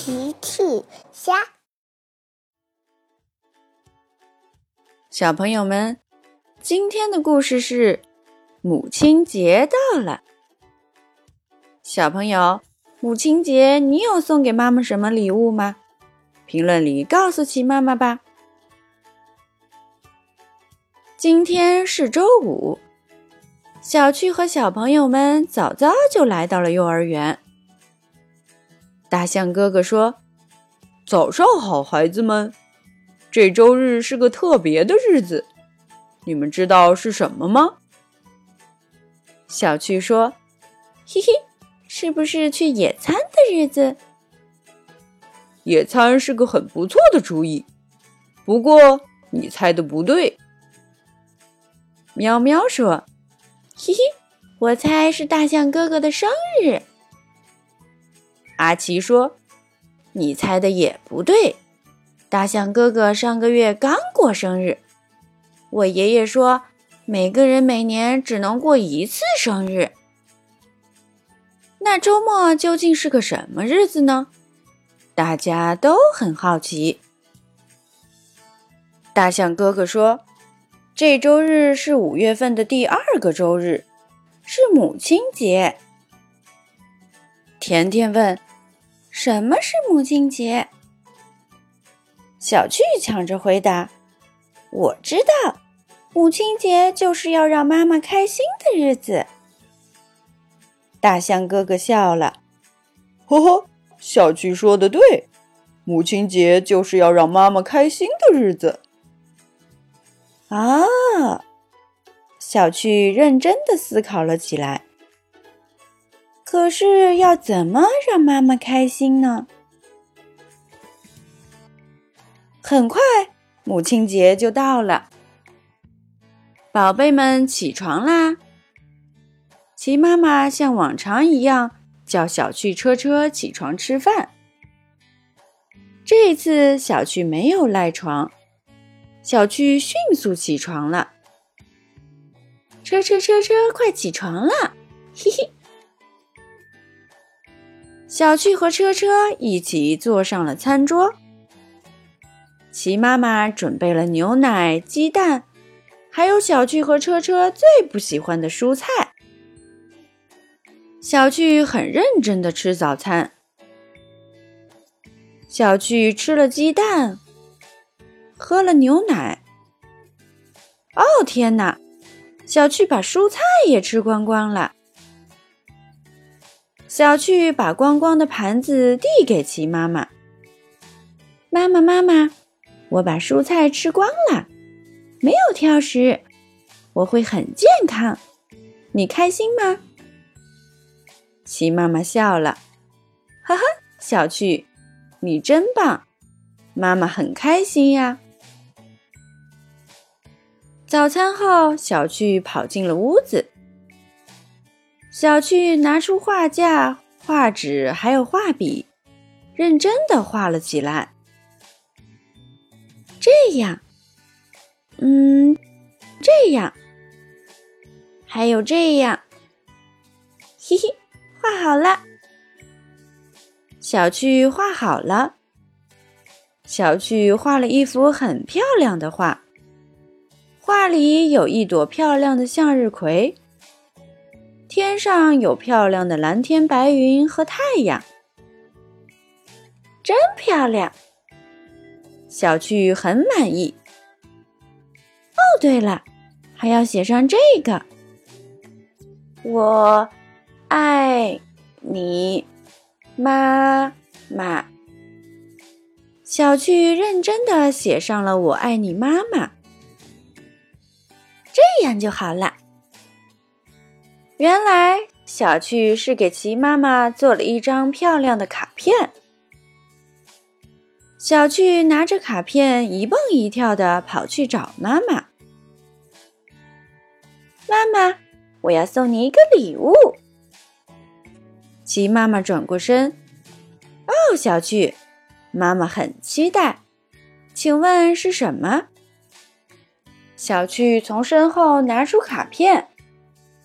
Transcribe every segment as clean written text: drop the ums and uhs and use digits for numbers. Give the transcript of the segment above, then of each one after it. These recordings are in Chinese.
奇趣虾。 小朋友们，今天的故事是母亲节到了。小朋友，母亲节你有送给妈妈什么礼物吗？评论里告诉奇妈妈吧。今天是周五，小趣和小朋友们早早就来到了幼儿园。大象哥哥说：“早上好，孩子们，这周日是个特别的日子，你们知道是什么吗？”小趣说：“嘿嘿，是不是去野餐的日子？”野餐是个很不错的主意，不过你猜的不对。喵喵说：“嘿嘿，我猜是大象哥哥的生日。”阿奇说：“你猜的也不对，大象哥哥上个月刚过生日。我爷爷说，每个人每年只能过一次生日。”那周末究竟是个什么日子呢？大家都很好奇。大象哥哥说，这周日是5月份的第2个周日，是母亲节。甜甜问：“什么是母亲节？”小趣抢着回答：“我知道，母亲节就是要让妈妈开心的日子。”大象哥哥笑了：“呵呵，小趣说的对，母亲节就是要让妈妈开心的日子。”啊，小趣认真地思考了起来。可是要怎么让妈妈开心呢？很快，母亲节就到了。宝贝们起床啦！奇妈妈像往常一样叫小趣车车起床吃饭。这次小趣没有赖床，小趣迅速起床了。车车车车，快起床了！嘿嘿。小趣和车车一起坐上了餐桌。奇妈妈准备了牛奶、鸡蛋，还有小趣和车车最不喜欢的蔬菜。小趣很认真地吃早餐。小趣吃了鸡蛋，喝了牛奶。哦，天哪！小趣把蔬菜也吃光光了。小趣把光光的盘子递给奇妈妈：“妈妈，妈妈，我把蔬菜吃光了，没有挑食，我会很健康，你开心吗？”奇妈妈笑了：“哈哈，小趣，你真棒，妈妈很开心呀。”早餐后，小趣跑进了屋子。小趣拿出画架、画纸还有画笔，认真地画了起来。这样，这样，还有这样，嘿嘿，画好了。小趣画好了。小趣画了一幅很漂亮的画，画里有一朵漂亮的向日葵。天上有漂亮的蓝天白云和太阳，真漂亮！小趣很满意。哦，对了，还要写上这个：“我爱你，妈妈。”小趣认真地写上了“我爱你，妈妈”，这样就好了。原来小趣是给奇妈妈做了一张漂亮的卡片。小趣拿着卡片一蹦一跳地跑去找妈妈。妈妈，我要送你一个礼物。奇妈妈转过身。哦，小趣，妈妈很期待，请问是什么？小趣从身后拿出卡片。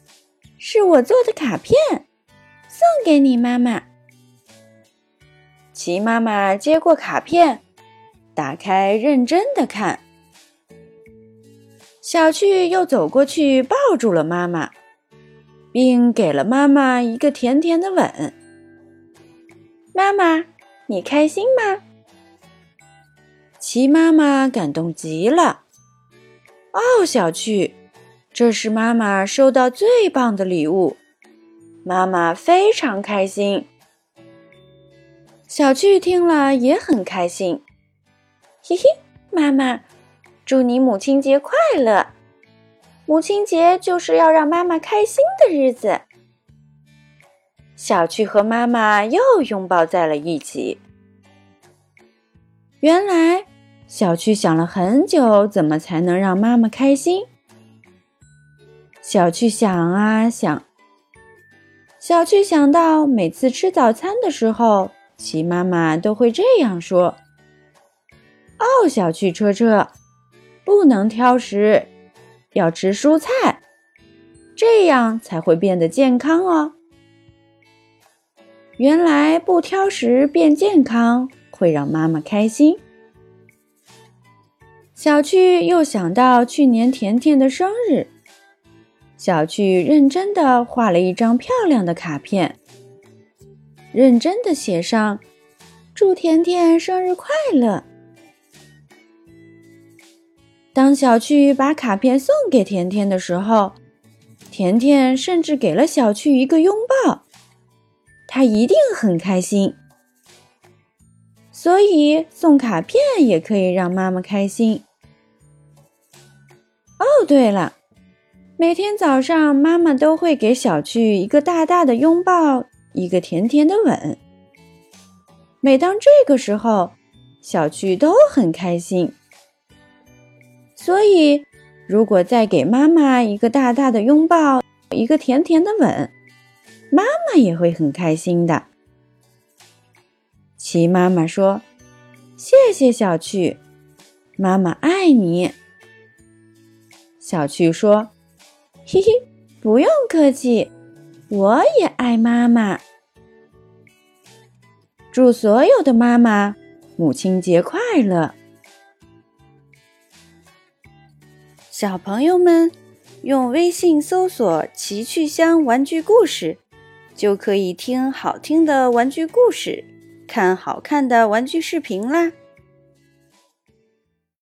是我做的卡片，送给你，妈妈。 齐妈妈接过卡片，打开认真地看。小趣又走过去抱住了妈妈，并给了妈妈一个甜甜的吻。妈妈，你开心吗？齐妈妈感动极了。哦，小趣，这是妈妈收到最棒的礼物，妈妈非常开心。小趣听了也很开心。嘿嘿，妈妈，祝你母亲节快乐！母亲节就是要让妈妈开心的日子。小趣和妈妈又拥抱在了一起。原来，小趣想了很久，怎么才能让妈妈开心。小趣想啊想，小趣想到每次吃早餐的时候，齐妈妈都会这样说：哦，小趣车车，不能挑食，要吃蔬菜，这样才会变得健康哦。原来不挑食变健康会让妈妈开心。小趣又想到去年甜甜的生日，小趣认真地画了一张漂亮的卡片，认真地写上祝甜甜生日快乐。当小趣把卡片送给甜甜的时候，甜甜甚至给了小趣一个拥抱，她一定很开心。所以送卡片也可以让妈妈开心。哦，对了，每天早上妈妈都会给小趣一个大大的拥抱，一个甜甜的吻。每当这个时候，小趣都很开心。所以，如果再给妈妈一个大大的拥抱，一个甜甜的吻，妈妈也会很开心的。齐妈妈说：谢谢小趣，妈妈爱你。小趣说：嘿嘿，不用客气，我也爱妈妈。祝所有的妈妈母亲节快乐！小朋友们，用微信搜索“奇趣箱玩具故事”，就可以听好听的玩具故事，看好看的玩具视频啦。